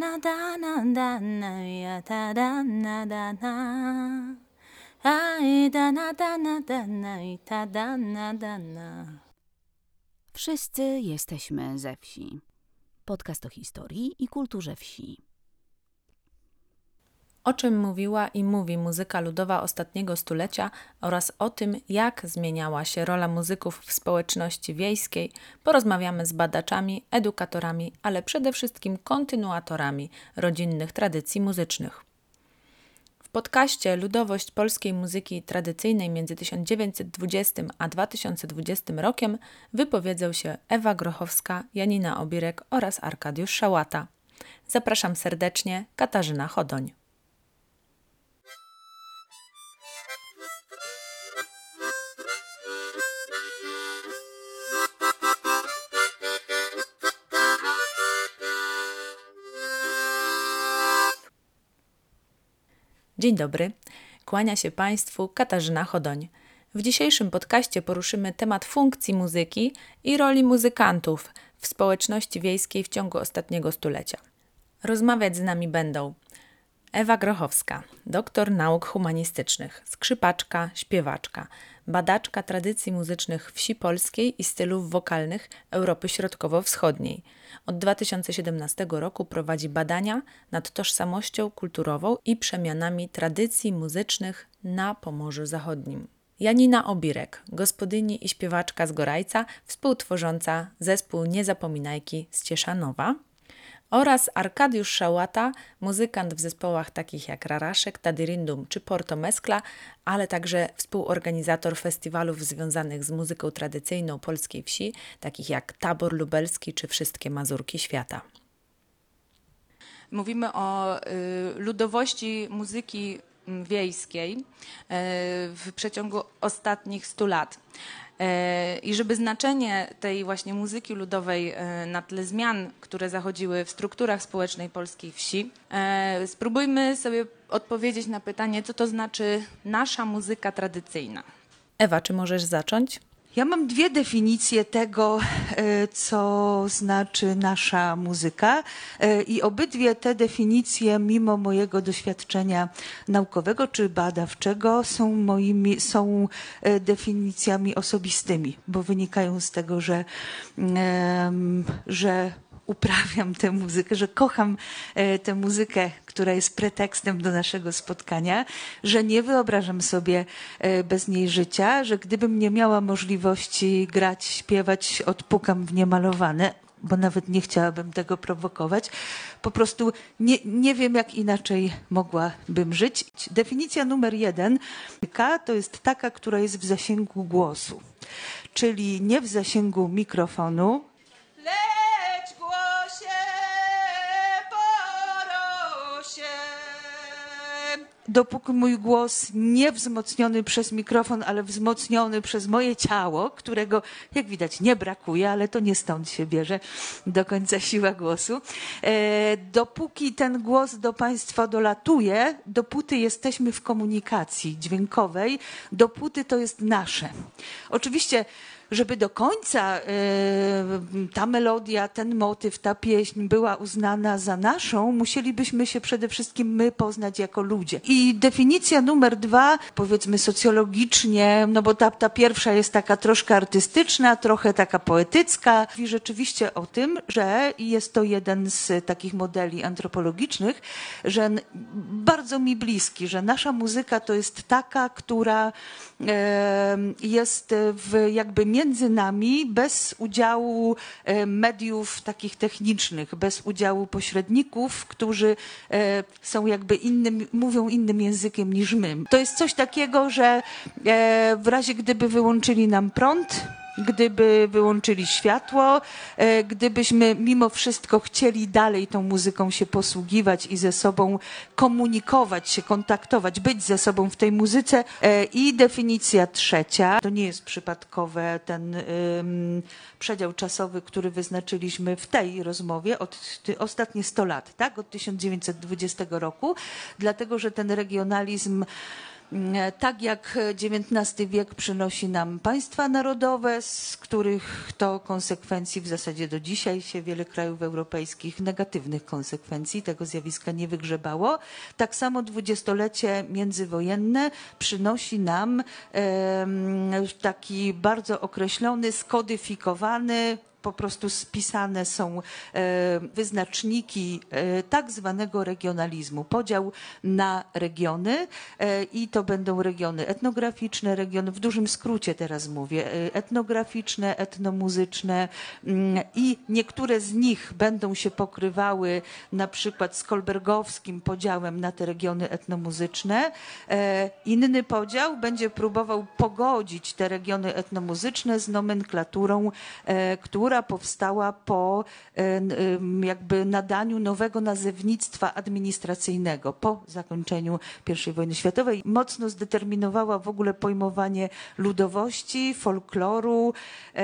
na da na da na ja ta da na da na. Aj da na da na da na i ta da na da na. Wszyscy jesteśmy ze wsi. Podcast o historii i kulturze wsi. O czym mówiła i mówi muzyka ludowa ostatniego stulecia oraz o tym, jak zmieniała się rola muzyków w społeczności wiejskiej, porozmawiamy z badaczami, edukatorami, ale przede wszystkim kontynuatorami rodzinnych tradycji muzycznych. W podcaście Ludowość polskiej muzyki tradycyjnej między 1920 a 2020 rokiem wypowiedzą się Ewa Grochowska, Janina Obirek oraz Arkadiusz Szałata. Zapraszam serdecznie, Katarzyna Chodoń. Dzień dobry, kłania się Państwu Katarzyna Chodoń. W dzisiejszym podcaście poruszymy temat funkcji muzyki i roli muzykantów w społeczności wiejskiej w ciągu ostatniego stulecia. Rozmawiać z nami będą Ewa Grochowska, doktor nauk humanistycznych, skrzypaczka, śpiewaczka, badaczka tradycji muzycznych wsi polskiej i stylów wokalnych Europy Środkowo-Wschodniej. Od 2017 roku prowadzi badania nad tożsamością kulturową i przemianami tradycji muzycznych na Pomorzu Zachodnim. Janina Obirek, gospodyni i śpiewaczka z Gorajca, współtworząca zespół Niezapominajki z Cieszanowa. Oraz Arkadiusz Szałata, muzykant w zespołach takich jak Raraszek, Tadirindum czy Porto Meskla, ale także współorganizator festiwalów związanych z muzyką tradycyjną polskiej wsi, takich jak Tabor Lubelski czy Wszystkie Mazurki Świata. Mówimy o ludowości muzyki wiejskiej w przeciągu ostatnich 100 lat. I żeby znaczenie tej właśnie muzyki ludowej na tle zmian, które zachodziły w strukturach społecznej polskiej wsi, spróbujmy sobie odpowiedzieć na pytanie, co to znaczy nasza muzyka tradycyjna. Ewa, czy możesz zacząć? Ja mam dwie definicje tego, co znaczy nasza muzyka i obydwie te definicje, mimo mojego doświadczenia naukowego czy badawczego, są definicjami osobistymi, bo wynikają z tego, że uprawiam tę muzykę, że kocham tę muzykę, która jest pretekstem do naszego spotkania, że nie wyobrażam sobie bez niej życia, że gdybym nie miała możliwości grać, śpiewać, odpukam w niemalowane, bo nawet nie chciałabym tego prowokować. Po prostu nie wiem, jak inaczej mogłabym żyć. Definicja numer 1 to jest taka, która jest w zasięgu głosu, czyli nie w zasięgu mikrofonu, dopóki mój głos nie wzmocniony przez mikrofon, ale wzmocniony przez moje ciało, którego, jak widać, nie brakuje, ale to nie stąd się bierze do końca siła głosu. Dopóki ten głos do Państwa dolatuje, dopóty jesteśmy w komunikacji dźwiękowej, dopóty to jest nasze. Oczywiście, żeby do końca ta melodia, ten motyw, ta pieśń była uznana za naszą, musielibyśmy się przede wszystkim my poznać jako ludzie. I definicja numer 2, powiedzmy socjologicznie, no bo ta pierwsza jest taka troszkę artystyczna, trochę taka poetycka, mówi rzeczywiście o tym, że jest to jeden z takich modeli antropologicznych, że bardzo mi bliski, że nasza muzyka to jest taka, która jest jakby między nami, bez udziału mediów takich technicznych, bez udziału pośredników, którzy są jakby mówią innym językiem niż my. To jest coś takiego, że w razie gdyby wyłączyli nam prąd, gdyby wyłączyli światło, gdybyśmy mimo wszystko chcieli dalej tą muzyką się posługiwać i ze sobą komunikować się, kontaktować, być ze sobą w tej muzyce. I definicja 3, to nie jest przypadkowe ten przedział czasowy, który wyznaczyliśmy w tej rozmowie, ostatnie 100 lat, tak? Od 1920 roku, dlatego że ten regionalizm Tak jak XIX wiek przynosi nam państwa narodowe, z których to konsekwencji w zasadzie do dzisiaj się wiele krajów europejskich negatywnych konsekwencji tego zjawiska nie wygrzebało, tak samo dwudziestolecie międzywojenne przynosi nam taki bardzo określony, skodyfikowany, po prostu spisane są wyznaczniki tak zwanego regionalizmu, podział na regiony i to będą regiony etnograficzne, regiony, w dużym skrócie teraz mówię, etnograficzne, etnomuzyczne i niektóre z nich będą się pokrywały na przykład z kolbergowskim podziałem na te regiony etnomuzyczne. Inny podział będzie próbował pogodzić te regiony etnomuzyczne z nomenklaturą, która powstała po jakby nadaniu nowego nazewnictwa administracyjnego po zakończeniu I wojny światowej. Mocno zdeterminowała w ogóle pojmowanie ludowości, folkloru,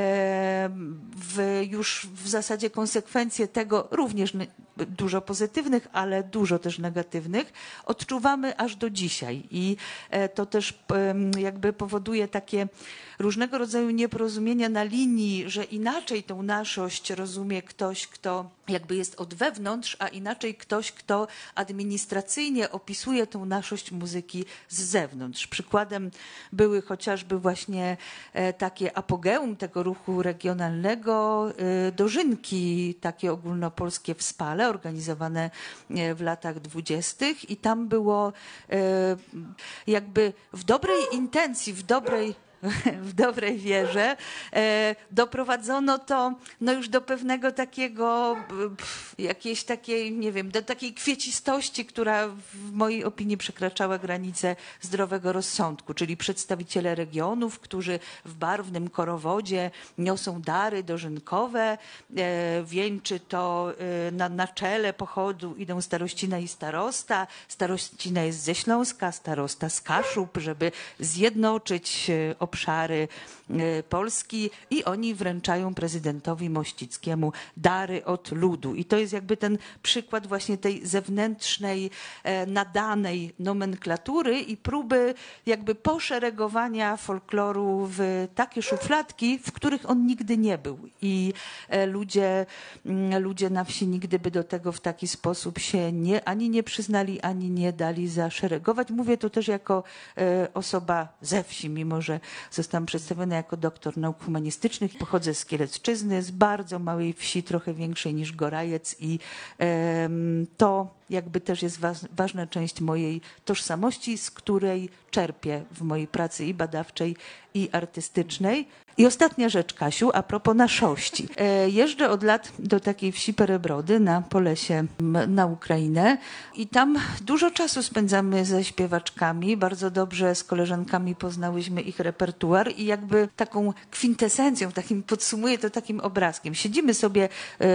już w zasadzie konsekwencje tego, również dużo pozytywnych, ale dużo też negatywnych, odczuwamy aż do dzisiaj i to też jakby powoduje takie różnego rodzaju nieporozumienia na linii, że inaczej tą naszość rozumie ktoś, kto jakby jest od wewnątrz, a inaczej ktoś, kto administracyjnie opisuje tą naszość muzyki z zewnątrz. Przykładem były chociażby właśnie takie apogeum tego ruchu regionalnego, dożynki takie ogólnopolskie w Spale, organizowane w latach 20. i tam było jakby w dobrej intencji, w dobrej wierze doprowadzono to no już do pewnego takiego, jakiejś takiej, nie wiem, do takiej kwiecistości, która w mojej opinii przekraczała granice zdrowego rozsądku, czyli przedstawiciele regionów, którzy w barwnym korowodzie niosą dary dożynkowe, wieńczy to na czele pochodu idą starościna i starosta. Starościna jest ze Śląska, starosta z Kaszub, żeby zjednoczyć obszary Polski i oni wręczają prezydentowi Mościckiemu dary od ludu. I to jest jakby ten przykład właśnie tej zewnętrznej, nadanej nomenklatury i próby jakby poszeregowania folkloru w takie szufladki, w których on nigdy nie był. I ludzie na wsi nigdy by do tego w taki sposób się ani nie przyznali, ani nie dali zaszeregować. Mówię to też jako osoba ze wsi, mimo że zostałam przedstawiona jako doktor nauk humanistycznych. Pochodzę z Kielecczyzny, z bardzo małej wsi, trochę większej niż Gorajec i to jakby też jest ważna część mojej tożsamości, z której czerpię w mojej pracy i badawczej, i artystycznej. I ostatnia rzecz, Kasiu, a propos naszości. Jeżdżę od lat do takiej wsi Perebrody na Polesie na Ukrainę i tam dużo czasu spędzamy ze śpiewaczkami. Bardzo dobrze z koleżankami poznałyśmy ich repertuar i jakby taką kwintesencją, podsumuję to takim obrazkiem. Siedzimy sobie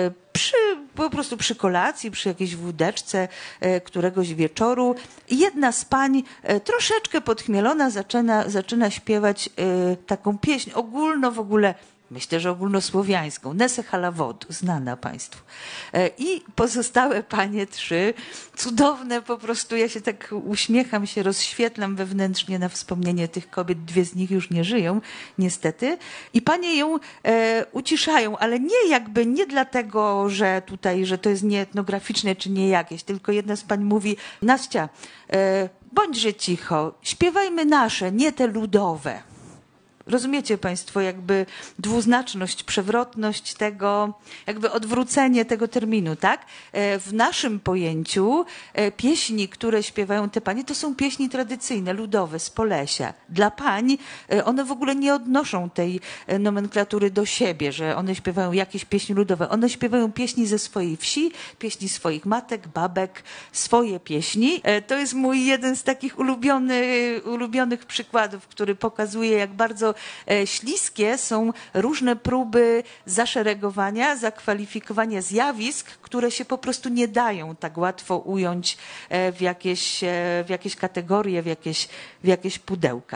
po prostu przy kolacji, przy jakiejś wódeczce któregoś wieczoru i jedna z pań troszeczkę podchmielona zaczyna śpiewać taką pieśń w ogóle, myślę, że ogólnosłowiańską, Nesę Halawodu, znana Państwu. I pozostałe panie trzy, cudowne po prostu, ja się tak uśmiecham, się rozświetlam wewnętrznie na wspomnienie tych kobiet, dwie z nich już nie żyją, niestety. I panie ją uciszają, ale nie dlatego, że to jest nieetnograficzne czy nie jakieś, tylko jedna z pań mówi: Nastia, bądźże cicho, śpiewajmy nasze, nie te ludowe. Rozumiecie Państwo jakby dwuznaczność, przewrotność tego, jakby odwrócenie tego terminu, tak? W naszym pojęciu pieśni, które śpiewają te panie, to są pieśni tradycyjne, ludowe, z Polesia. Dla pań one w ogóle nie odnoszą tej nomenklatury do siebie, że one śpiewają jakieś pieśni ludowe. One śpiewają pieśni ze swojej wsi, pieśni swoich matek, babek, swoje pieśni. To jest mój jeden z takich ulubionych przykładów, który pokazuje, jak bardzo śliskie są różne próby zaszeregowania, zakwalifikowania zjawisk, które się po prostu nie dają tak łatwo ująć w jakieś kategorie, w jakieś pudełka.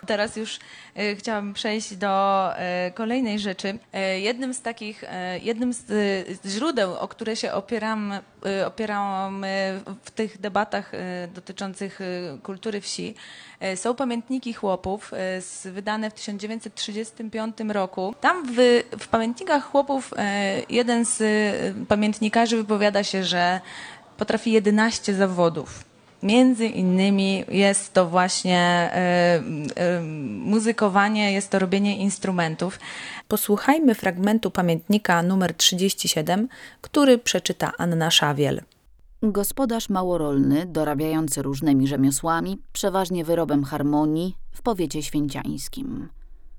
Teraz już chciałam przejść do kolejnej rzeczy. Jednym z źródeł, o które się opierałam w tych debatach dotyczących kultury wsi, są pamiętniki chłopów wydane w 1935 roku. Tam w pamiętnikach chłopów jeden z pamiętnikarzy wypowiada się, że potrafi 11 zawodów. Między innymi jest to właśnie muzykowanie, jest to robienie instrumentów. Posłuchajmy fragmentu pamiętnika numer 37, który przeczyta Anna Szawiel. Gospodarz małorolny, dorabiający różnymi rzemiosłami, przeważnie wyrobem harmonii, w powiecie święciańskim.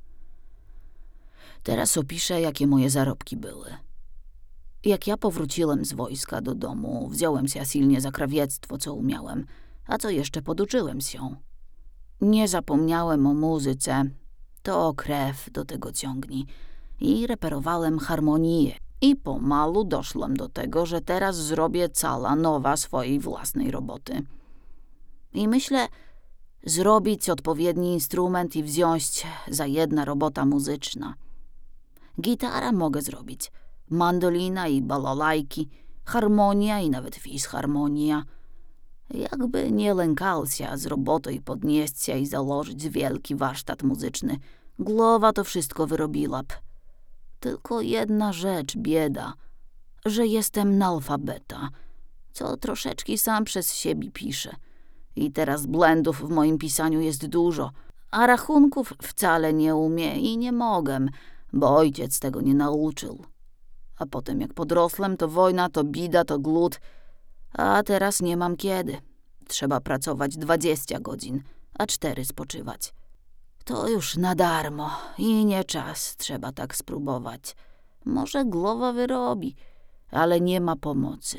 Teraz opiszę, jakie moje zarobki były. Jak ja powróciłem z wojska do domu, wziąłem się silnie za krawiectwo, co umiałem, a co jeszcze poduczyłem się. Nie zapomniałem o muzyce, to krew do tego ciągnie, i reperowałem harmonię. I pomalu doszłem do tego, że teraz zrobię cała nowa swojej własnej roboty. I myślę, zrobić odpowiedni instrument i wziąć za jedna robota muzyczna. Gitara mogę zrobić, mandolina i balalajki, harmonia i nawet fisharmonia. Jakby nie lękał się z roboty i podnieść się i założyć wielki warsztat muzyczny, głowa to wszystko wyrobiła. Tylko jedna rzecz, bieda, że jestem analfabeta, co troszeczkę sam przez siebie piszę. I teraz błędów w moim pisaniu jest dużo, a rachunków wcale nie umiem i nie mogę, bo ojciec tego nie nauczył. A potem jak podrosłem, to wojna, to bida, to głód, a teraz nie mam kiedy. Trzeba pracować 20 godzin, a 4 spoczywać. To już na darmo i nie czas, trzeba tak spróbować. Może głowa wyrobi, ale nie ma pomocy.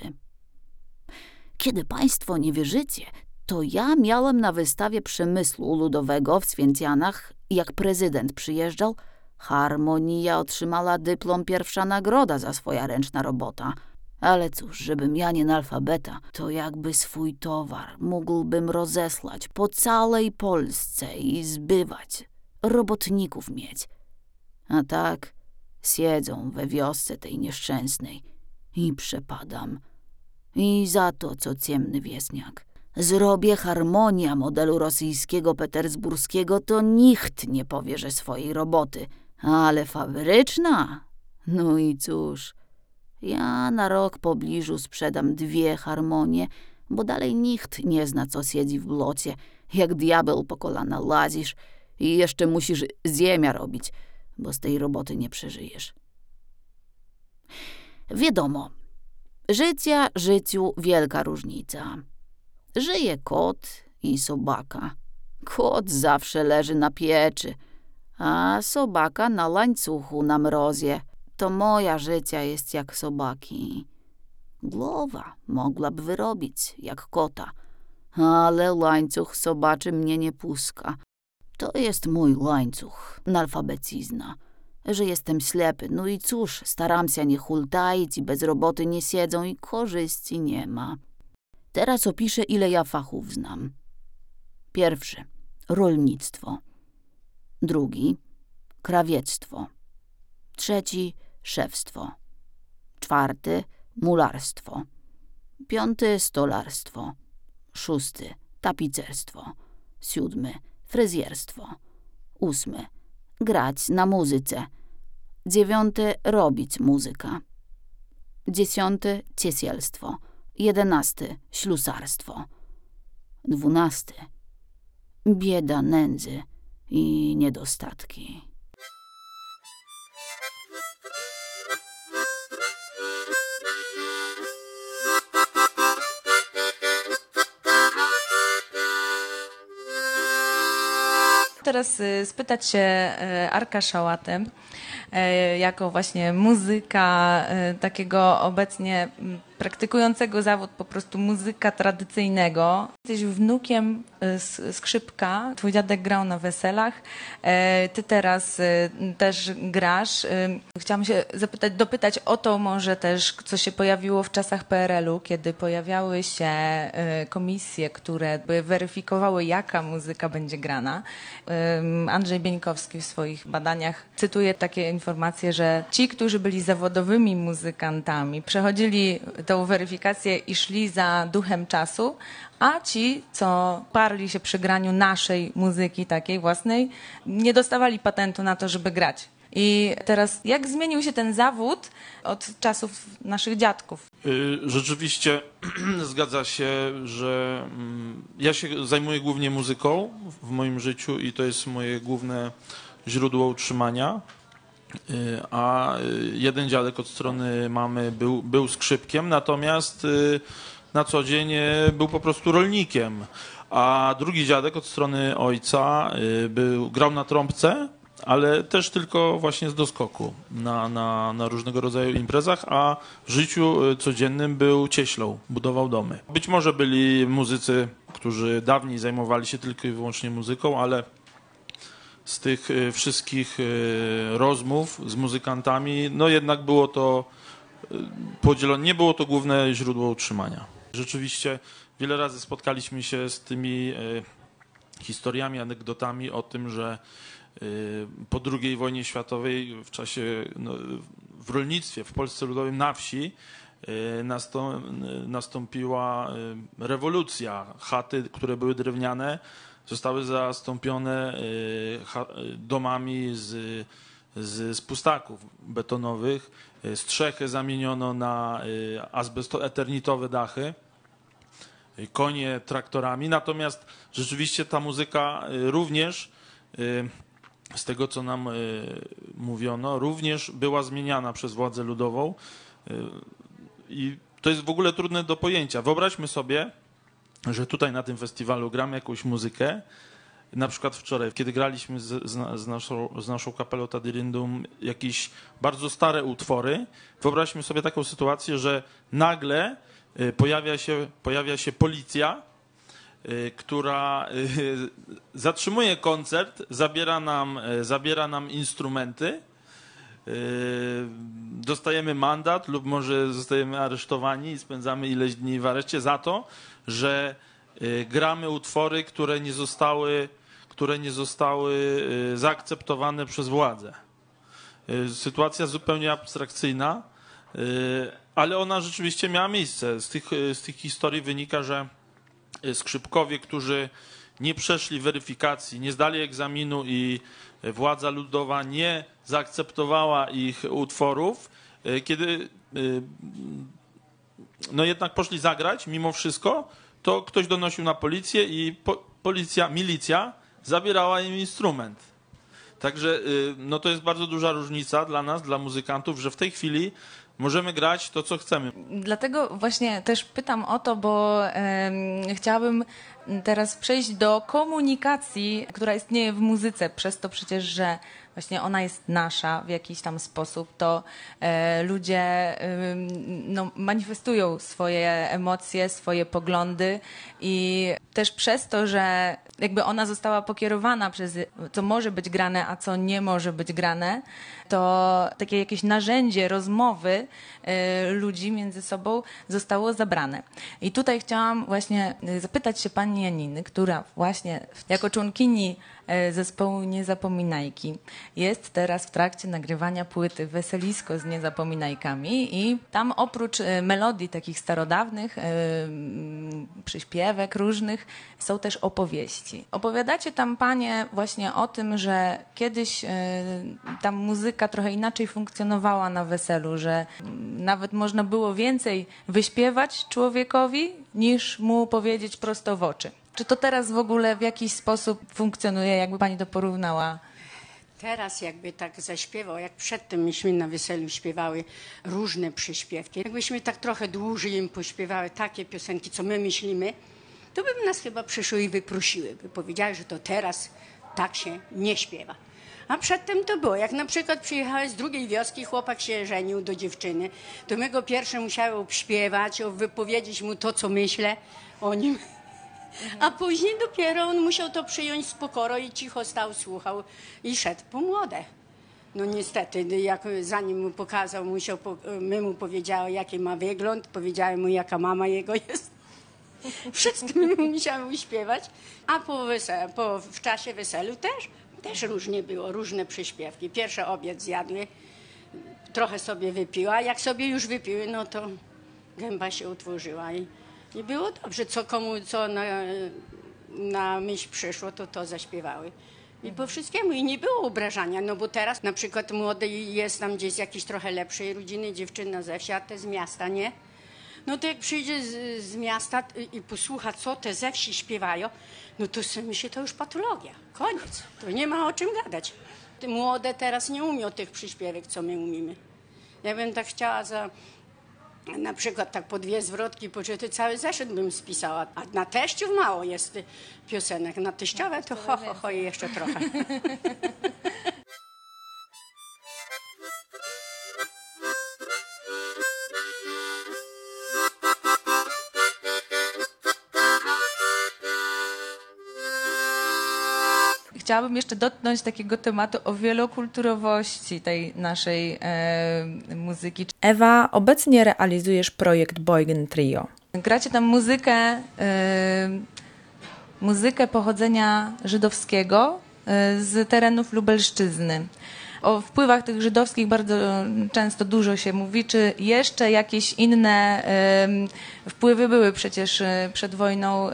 Kiedy państwo nie wierzycie, to ja miałem na wystawie przemysłu ludowego w Święcianach, jak prezydent przyjeżdżał, harmonia otrzymała dyplom pierwsza nagroda za swoja ręczna robota. Ale cóż, żebym ja nie analfabeta, to jakby swój towar mógłbym rozesłać po całej Polsce i zbywać, robotników mieć. A tak siedzą we wiosce tej nieszczęsnej i przepadam. I za to, co ciemny wieśniak. Zrobię harmonia modelu rosyjskiego petersburskiego, to nikt nie powie, że swojej roboty. Ale fabryczna? No i cóż, ja na rok pobliżu sprzedam 2 harmonie, bo dalej nikt nie zna, co siedzi w blocie, jak diabeł po kolana lazisz i jeszcze musisz ziemia robić, bo z tej roboty nie przeżyjesz. Wiadomo, życia życiu wielka różnica. Żyje kot i sobaka. Kot zawsze leży na pieczy, a sobaka na łańcuchu na mrozie. To moja życia jest jak sobaki. Głowa mogłaby wyrobić jak kota, ale łańcuch sobaczy mnie nie puska. To jest mój łańcuch, analfabecizna, że jestem ślepy. No i cóż, staram się nie hultaić i bez roboty nie siedzą i korzyści nie ma. Teraz opiszę, ile ja fachów znam. Pierwszy, rolnictwo. Drugi, krawiectwo. Trzeci, szewstwo. Czwarty, mularstwo. 5, stolarstwo. 6, tapicerstwo. 7, fryzjerstwo. 8, grać na muzyce. 9, robić muzyka. 10, ciesielstwo. 11, ślusarstwo. 12, bieda, nędzy i niedostatki. Teraz spytać się Arka Szałatę, jako właśnie muzyka takiego obecnie praktykującego zawód po prostu muzyka tradycyjnego. Jesteś wnukiem skrzypka, twój dziadek grał na weselach, ty teraz też grasz. Chciałam się dopytać o to może też, co się pojawiło w czasach PRL-u, kiedy pojawiały się komisje, które by weryfikowały, jaka muzyka będzie grana. Andrzej Bieńkowski w swoich badaniach cytuje takie informacje, że ci, którzy byli zawodowymi muzykantami, przechodzili tą weryfikację i szli za duchem czasu, a ci, co parli się przy graniu naszej muzyki, takiej własnej, nie dostawali patentu na to, żeby grać. I teraz jak zmienił się ten zawód od czasów naszych dziadków? Rzeczywiście zgadza się, że ja się zajmuję głównie muzyką w moim życiu i to jest moje główne źródło utrzymania. A jeden dziadek od strony mamy był skrzypkiem, natomiast na co dzień był po prostu rolnikiem. A drugi dziadek od strony ojca grał na trąbce, ale też tylko właśnie z doskoku na różnego rodzaju imprezach, a w życiu codziennym był cieślą, budował domy. Być może byli muzycy, którzy dawniej zajmowali się tylko i wyłącznie muzyką, ale z tych wszystkich rozmów z muzykantami, no jednak było to podzielone, nie było to główne źródło utrzymania. Rzeczywiście wiele razy spotkaliśmy się z tymi historiami, anegdotami o tym, że po II wojnie światowej w czasie, w rolnictwie, w Polsce Ludowej, na wsi nastąpiła rewolucja. Chaty, które były drewniane, zostały zastąpione domami z pustaków betonowych. Strzechy zamieniono na azbesto-eternitowe dachy, konie traktorami. Natomiast rzeczywiście ta muzyka również, z tego co nam mówiono, również była zmieniana przez władzę ludową. I to jest w ogóle trudne do pojęcia. Wyobraźmy sobie, że tutaj na tym festiwalu gramy jakąś muzykę. Na przykład wczoraj, kiedy graliśmy z naszą kapelą Tadirindum jakieś bardzo stare utwory, wyobraźmy sobie taką sytuację, że nagle pojawia się policja, która zatrzymuje koncert, zabiera nam instrumenty, dostajemy mandat lub może zostajemy aresztowani i spędzamy ileś dni w areszcie za to, że gramy utwory, które nie zostały zaakceptowane przez władzę. Sytuacja zupełnie abstrakcyjna, ale ona rzeczywiście miała miejsce. Z tych historii wynika, że skrzypkowie, którzy nie przeszli weryfikacji, nie zdali egzaminu i władza ludowa nie zaakceptowała ich utworów, kiedy jednak poszli zagrać mimo wszystko, to ktoś donosił na policję i milicja zabierała im instrument. Także to jest bardzo duża różnica dla nas, dla muzykantów, że w tej chwili możemy grać to, co chcemy. Dlatego właśnie też pytam o to, bo chciałabym teraz przejść do komunikacji, która istnieje w muzyce, przez to przecież, że właśnie ona jest nasza w jakiś tam sposób, to ludzie manifestują swoje emocje, swoje poglądy i też przez to, że jakby ona została pokierowana przez co może być grane, a co nie może być grane, to takie jakieś narzędzie rozmowy ludzi między sobą zostało zabrane. I tutaj chciałam właśnie zapytać się pani Janiny, która właśnie jako członkini zespołu Niezapominajki jest teraz w trakcie nagrywania płyty Weselisko z Niezapominajkami i tam oprócz melodii takich starodawnych, przyśpiewek różnych, są też opowieści. Opowiadacie tam panie właśnie o tym, że kiedyś ta muzyka trochę inaczej funkcjonowała na weselu, że nawet można było więcej wyśpiewać człowiekowi, niż mu powiedzieć prosto w oczy. Czy to teraz w ogóle w jakiś sposób funkcjonuje, jakby pani to porównała? Teraz jakby tak zaśpiewał, jak przedtem myśmy na weselu śpiewały różne przyśpiewki. Jakbyśmy tak trochę dłużej im pośpiewały takie piosenki, co my myślimy, to by nas chyba przyszły i wyprosiły, by powiedziały, że to teraz tak się nie śpiewa. A przedtem to było, jak na przykład przyjechałeś z drugiej wioski, chłopak się żenił do dziewczyny, to my go pierwsze musiały obśpiewać, wypowiedzieć mu to, co myślę o nim. A później dopiero on musiał to przyjąć z pokorą i cicho stał, słuchał i szedł po młode. No niestety, jak zanim mu pokazał, my mu powiedziały, jaki ma wygląd, powiedziałem mu, jaka mama jego jest. Wszystko my mu musiały uśpiewać. A w czasie weselu też różnie było, różne przyśpiewki. Pierwszy obiad zjadły, trochę sobie wypiła, a jak sobie już wypiły, no to gęba się utworzyła i było dobrze. Co na myśl przyszło, to zaśpiewały. I po wszystkiemu. I nie było obrażania, no bo teraz na przykład młody jest tam gdzieś z jakiejś trochę lepszej rodziny, dziewczyna ze wsi, a te z miasta, nie? No to jak przyjdzie z miasta i posłucha, co te ze wsi śpiewają, no to sobie myśli, to już patologia. Koniec. To nie ma o czym gadać. Te młode teraz nie umią tych przyśpiewek, co my umiemy. Ja bym tak chciała na przykład tak po 2 zwrotki poczytać, cały zeszyt bym spisała. A na teściów mało jest piosenek. Na teściowe to ho i jeszcze trochę. Chciałabym jeszcze dotknąć takiego tematu o wielokulturowości tej naszej muzyki. Ewa, obecnie realizujesz projekt Boygen Trio. Gracie tam muzykę pochodzenia żydowskiego z terenów Lubelszczyzny. O wpływach tych żydowskich bardzo często dużo się mówi. Czy jeszcze jakieś inne wpływy były? Przecież przed wojną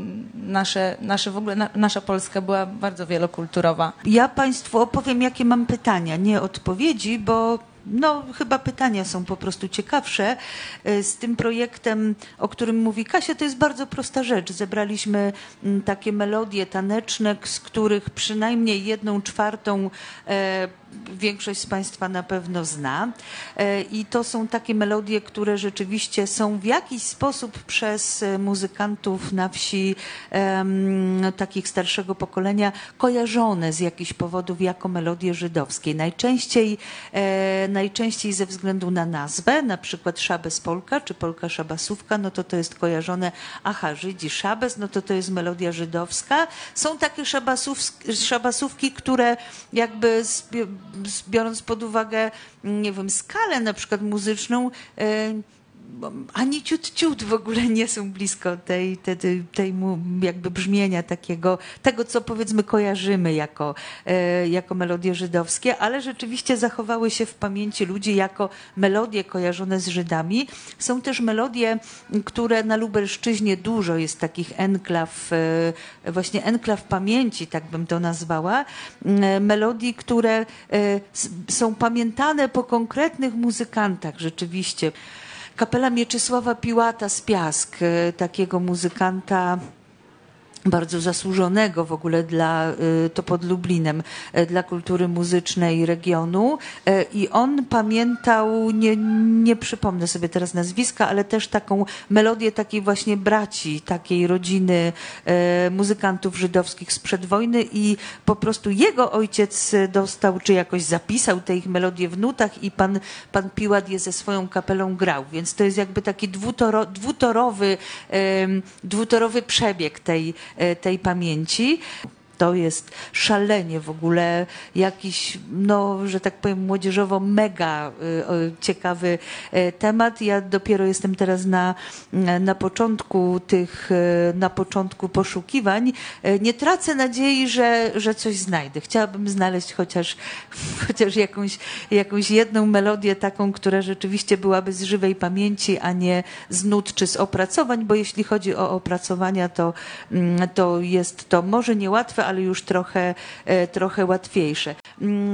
nasza Polska była bardzo wielokulturowa. Ja Państwu opowiem, jakie mam pytania, nie odpowiedzi, bo chyba pytania są po prostu ciekawsze. Z tym projektem, o którym mówi Kasia, to jest bardzo prosta rzecz. Zebraliśmy takie melodie taneczne, z których przynajmniej 1/4 większość z Państwa na pewno zna. I to są takie melodie, które rzeczywiście są w jakiś sposób przez muzykantów na wsi takich starszego pokolenia kojarzone z jakichś powodów jako melodie żydowskie. Najczęściej ze względu na nazwę, na przykład szabes polka czy polka szabasówka, no to jest kojarzone, Żydzi szabes, no to jest melodia żydowska. Są takie szabasówki, które jakby biorąc pod uwagę, nie wiem, skalę na przykład muzyczną, ani ciut w ogóle nie są blisko tej jakby brzmienia tego, co powiedzmy kojarzymy jako melodie żydowskie, ale rzeczywiście zachowały się w pamięci ludzi jako melodie kojarzone z Żydami. Są też melodie, które na Lubelszczyźnie dużo jest takich właśnie enklaw pamięci, tak bym to nazwała. Melodii, które są pamiętane po konkretnych muzykantach rzeczywiście. Kapela Mieczysława Piłata z Piask, takiego muzykanta bardzo zasłużonego w ogóle to pod Lublinem, dla kultury muzycznej regionu. I on pamiętał, nie przypomnę sobie teraz nazwiska, ale też taką melodię takiej właśnie braci, takiej rodziny muzykantów żydowskich sprzed wojny i po prostu jego ojciec dostał, czy jakoś zapisał te ich melodie w nutach i pan Piłat je ze swoją kapelą grał. Więc to jest jakby taki dwutorowy przebieg tej pamięci. To jest szalenie w ogóle jakiś, że tak powiem, młodzieżowo mega ciekawy temat. Ja dopiero jestem teraz na początku poszukiwań. Nie tracę nadziei, że coś znajdę. Chciałabym znaleźć chociaż jakąś jedną melodię taką, która rzeczywiście byłaby z żywej pamięci, a nie z nut czy z opracowań, bo jeśli chodzi o opracowania, to jest to może niełatwe, ale już trochę łatwiejsze.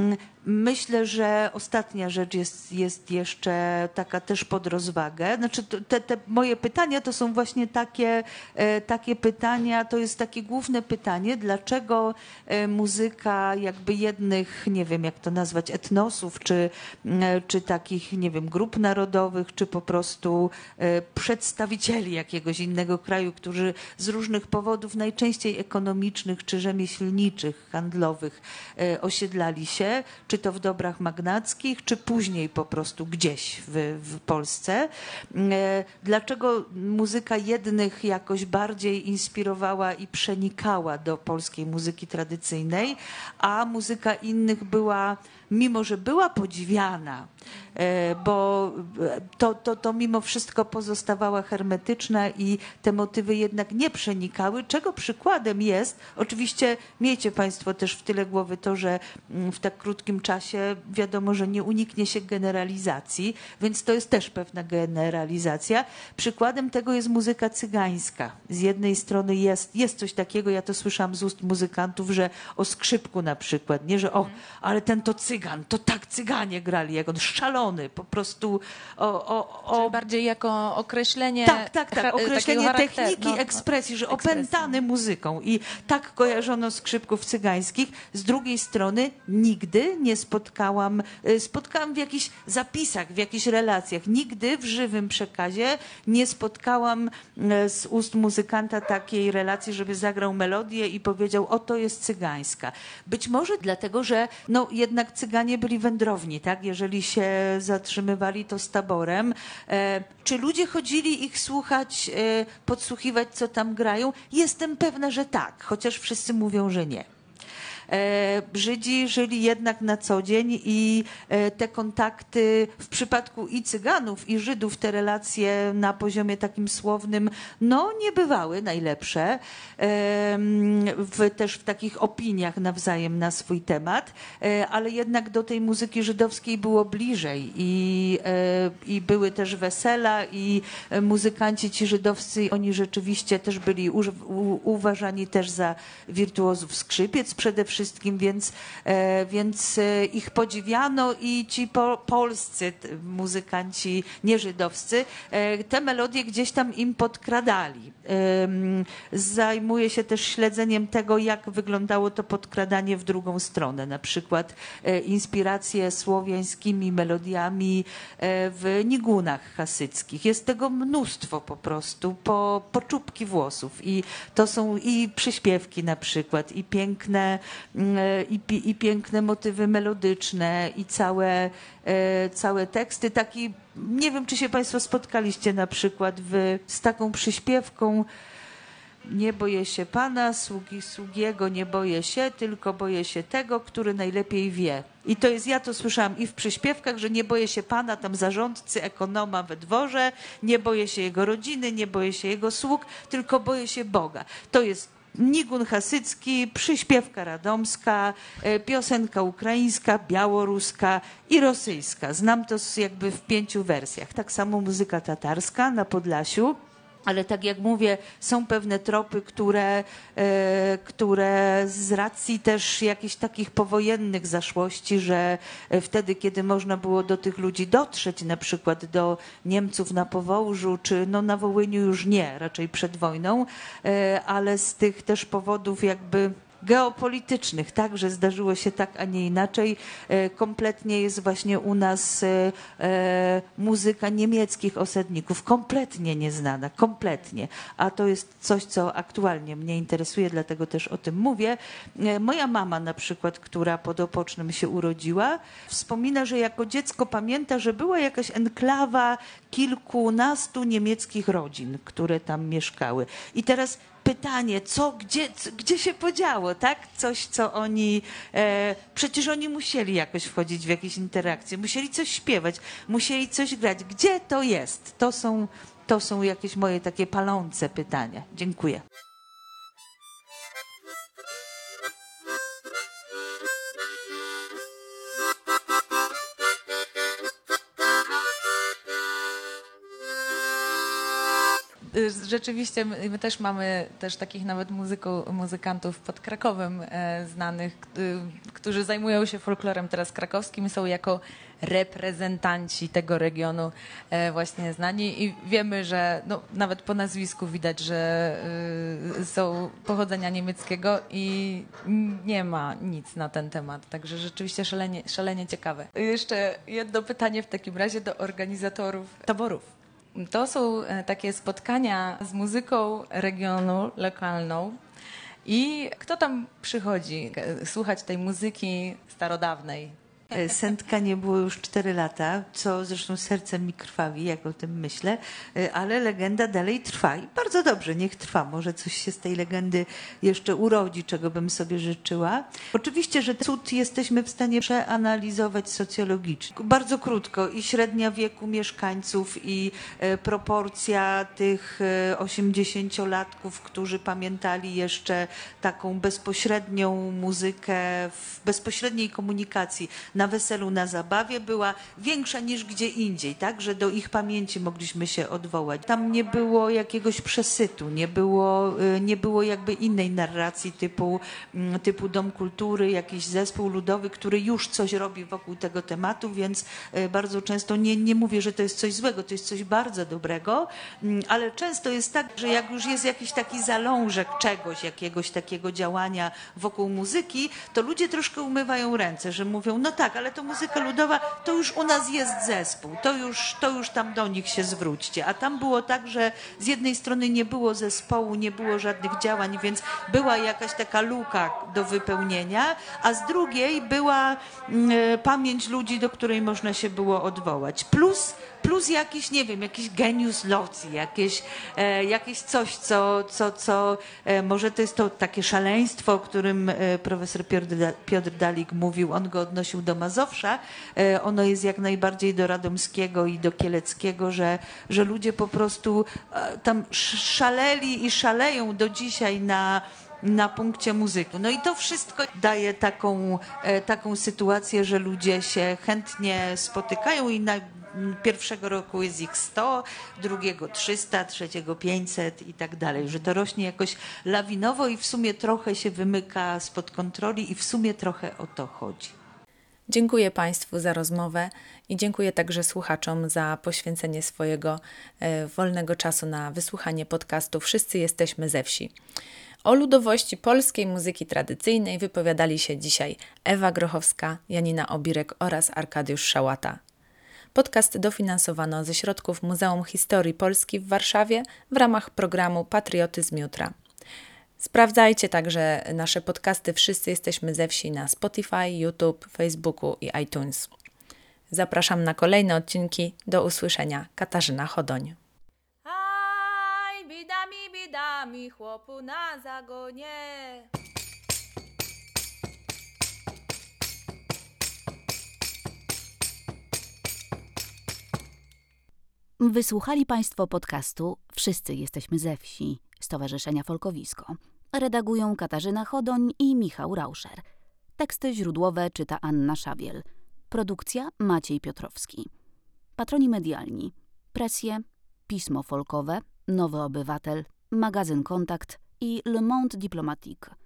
Myślę, że ostatnia rzecz jest jeszcze taka też pod rozwagę. Znaczy te moje pytania to są właśnie takie pytania, to jest takie główne pytanie, dlaczego muzyka jakby jednych, nie wiem jak to nazwać, etnosów, czy takich, nie wiem, grup narodowych, czy po prostu przedstawicieli jakiegoś innego kraju, którzy z różnych powodów, najczęściej ekonomicznych, czy rzemieślniczych, handlowych, osiedlali się, czy to w dobrach magnackich, czy później po prostu gdzieś w Polsce. Dlaczego muzyka jednych jakoś bardziej inspirowała i przenikała do polskiej muzyki tradycyjnej, a muzyka innych była, mimo że była podziwiana, bo to mimo wszystko pozostawała hermetyczna i te motywy jednak nie przenikały, czego przykładem jest, oczywiście miejcie Państwo też w tyle głowy to, że w tak krótkim czasie wiadomo, że nie uniknie się generalizacji, więc to jest też pewna generalizacja. Przykładem tego jest muzyka cygańska. Z jednej strony jest coś takiego, ja to słyszałam z ust muzykantów, że o skrzypku na przykład, nie, że ale ten to cygan, to tak cyganie grali, jak on szalony, po prostu Czyli bardziej jako określenie określenie takiego techniki, ekspresji, że opętany muzyką i tak kojarzono skrzypków cygańskich. Z drugiej strony nigdy nie spotkałam w jakichś zapisach, w jakichś relacjach, nigdy w żywym przekazie nie spotkałam z ust muzykanta takiej relacji, żeby zagrał melodię i powiedział, oto jest cygańska. Być może dlatego, że jednak cyganie byli wędrowni, tak? Jeżeli się zatrzymywali, to z taborem. Czy ludzie chodzili ich słuchać, podsłuchiwać, co tam grają? Jestem pewna, że tak, chociaż wszyscy mówią, że nie. Żydzi żyli jednak na co dzień i te kontakty w przypadku i Cyganów, i Żydów, te relacje na poziomie takim słownym, nie bywały najlepsze. Też w takich opiniach nawzajem na swój temat, ale jednak do tej muzyki żydowskiej było bliżej i były też wesela i muzykanci ci żydowscy, oni rzeczywiście też byli uważani też za wirtuozów skrzypiec przede wszystkim, więc ich podziwiano i ci polscy muzykanci nieżydowscy te melodie gdzieś tam im podkradali. Zajmuję się też śledzeniem tego, jak wyglądało to podkradanie w drugą stronę. Na przykład inspiracje słowiańskimi melodiami w nigunach hasyckich. Jest tego mnóstwo po prostu, po czubki włosów. I to są i przyśpiewki na przykład, i piękne motywy melodyczne, i całe teksty. Nie wiem, czy się Państwo spotkaliście na przykład z taką przyśpiewką nie boję się Pana, sługiego nie boję się, tylko boję się tego, który najlepiej wie. I to jest, ja to słyszałam i w przyśpiewkach, że nie boję się Pana, tam zarządcy, ekonoma we dworze, nie boję się jego rodziny, nie boję się jego sług, tylko boję się Boga. To jest nigun hasycki, przyśpiewka radomska, piosenka ukraińska, białoruska i rosyjska. Znam to jakby w 5 wersjach. Tak samo muzyka tatarska na Podlasiu. Ale tak jak mówię, są pewne tropy, które z racji też jakichś takich powojennych zaszłości, że wtedy, kiedy można było do tych ludzi dotrzeć, na przykład do Niemców na Powołżu, czy na Wołyniu już nie, raczej przed wojną, ale z tych też powodów jakby geopolitycznych, tak, że zdarzyło się tak, a nie inaczej. Kompletnie jest właśnie u nas muzyka niemieckich osadników, kompletnie nieznana, kompletnie. A to jest coś, co aktualnie mnie interesuje, dlatego też o tym mówię. Moja mama na przykład, która pod Opocznem się urodziła, wspomina, że jako dziecko pamięta, że była jakaś enklawa kilkunastu niemieckich rodzin, które tam mieszkały. I teraz pytanie, gdzie się podziało, tak? Coś, co oni, przecież oni musieli jakoś wchodzić w jakieś interakcje, musieli coś śpiewać, musieli coś grać. Gdzie to jest? To są jakieś moje takie palące pytania. Dziękuję. Rzeczywiście my też mamy takich nawet muzykantów pod Krakowem znanych, którzy zajmują się folklorem teraz krakowskim, są jako reprezentanci tego regionu właśnie znani i wiemy, że nawet po nazwisku widać, że są pochodzenia niemieckiego i nie ma nic na ten temat, także rzeczywiście szalenie ciekawe. Jeszcze jedno pytanie w takim razie do organizatorów taborów. To są takie spotkania z muzyką regionu, lokalną. I kto tam przychodzi słuchać tej muzyki starodawnej? Sędka nie było już 4 lata, co zresztą sercem mi krwawi, jak o tym myślę, ale legenda dalej trwa i bardzo dobrze, niech trwa. Może coś się z tej legendy jeszcze urodzi, czego bym sobie życzyła. Oczywiście, że cud jesteśmy w stanie przeanalizować socjologicznie. Bardzo krótko i średnia wieku mieszkańców i proporcja tych 80-latków, którzy pamiętali jeszcze taką bezpośrednią muzykę w bezpośredniej komunikacji na weselu, na zabawie była większa niż gdzie indziej, tak, że do ich pamięci mogliśmy się odwołać. Tam nie było jakiegoś przesytu, nie było jakby innej narracji typu Dom Kultury, jakiś zespół ludowy, który już coś robi wokół tego tematu, więc bardzo często nie mówię, że to jest coś złego, to jest coś bardzo dobrego, ale często jest tak, że jak już jest jakiś taki zalążek czegoś, jakiegoś takiego działania wokół muzyki, to ludzie troszkę umywają ręce, że mówią, no tak, ale to muzyka ludowa, to już u nas jest zespół, to już tam do nich się zwróćcie. A tam było tak, że z jednej strony nie było zespołu, nie było żadnych działań, więc była jakaś taka luka do wypełnienia, a z drugiej była pamięć ludzi, do której można się było odwołać. Plus jakiś, nie wiem, jakiś genius loci, jakieś coś, co może to jest to takie szaleństwo, o którym profesor Piotr Dalik mówił, on go odnosił do Mazowsza, ono jest jak najbardziej do Radomskiego i do Kieleckiego, że ludzie po prostu tam szaleli i szaleją do dzisiaj na punkcie muzyki. No i to wszystko daje taką sytuację, że ludzie się chętnie spotykają i pierwszego roku jest ich 100, drugiego 300, trzeciego 500 i tak dalej, że to rośnie jakoś lawinowo i w sumie trochę się wymyka spod kontroli i w sumie trochę o to chodzi. Dziękuję Państwu za rozmowę i dziękuję także słuchaczom za poświęcenie swojego wolnego czasu na wysłuchanie podcastu Wszyscy jesteśmy ze wsi. O ludowości polskiej muzyki tradycyjnej wypowiadali się dzisiaj Ewa Grochowska, Janina Obirek oraz Arkadiusz Szałata. Podcast dofinansowano ze środków Muzeum Historii Polski w Warszawie w ramach programu Patriotyzm Jutra. Sprawdzajcie także nasze podcasty Wszyscy jesteśmy ze wsi na Spotify, YouTube, Facebooku i iTunes. Zapraszam na kolejne odcinki. Do usłyszenia. Katarzyna Chodoń. Aj, bidami, chłopu na zagonie. Wysłuchali Państwo podcastu Wszyscy jesteśmy ze wsi Stowarzyszenia Folkowisko. Redagują Katarzyna Chodoń i Michał Rauscher. Teksty źródłowe czyta Anna Szabiel. Produkcja Maciej Piotrowski. Patroni medialni: Presje, Pismo Folkowe, Nowy Obywatel, Magazyn Kontakt i Le Monde Diplomatique.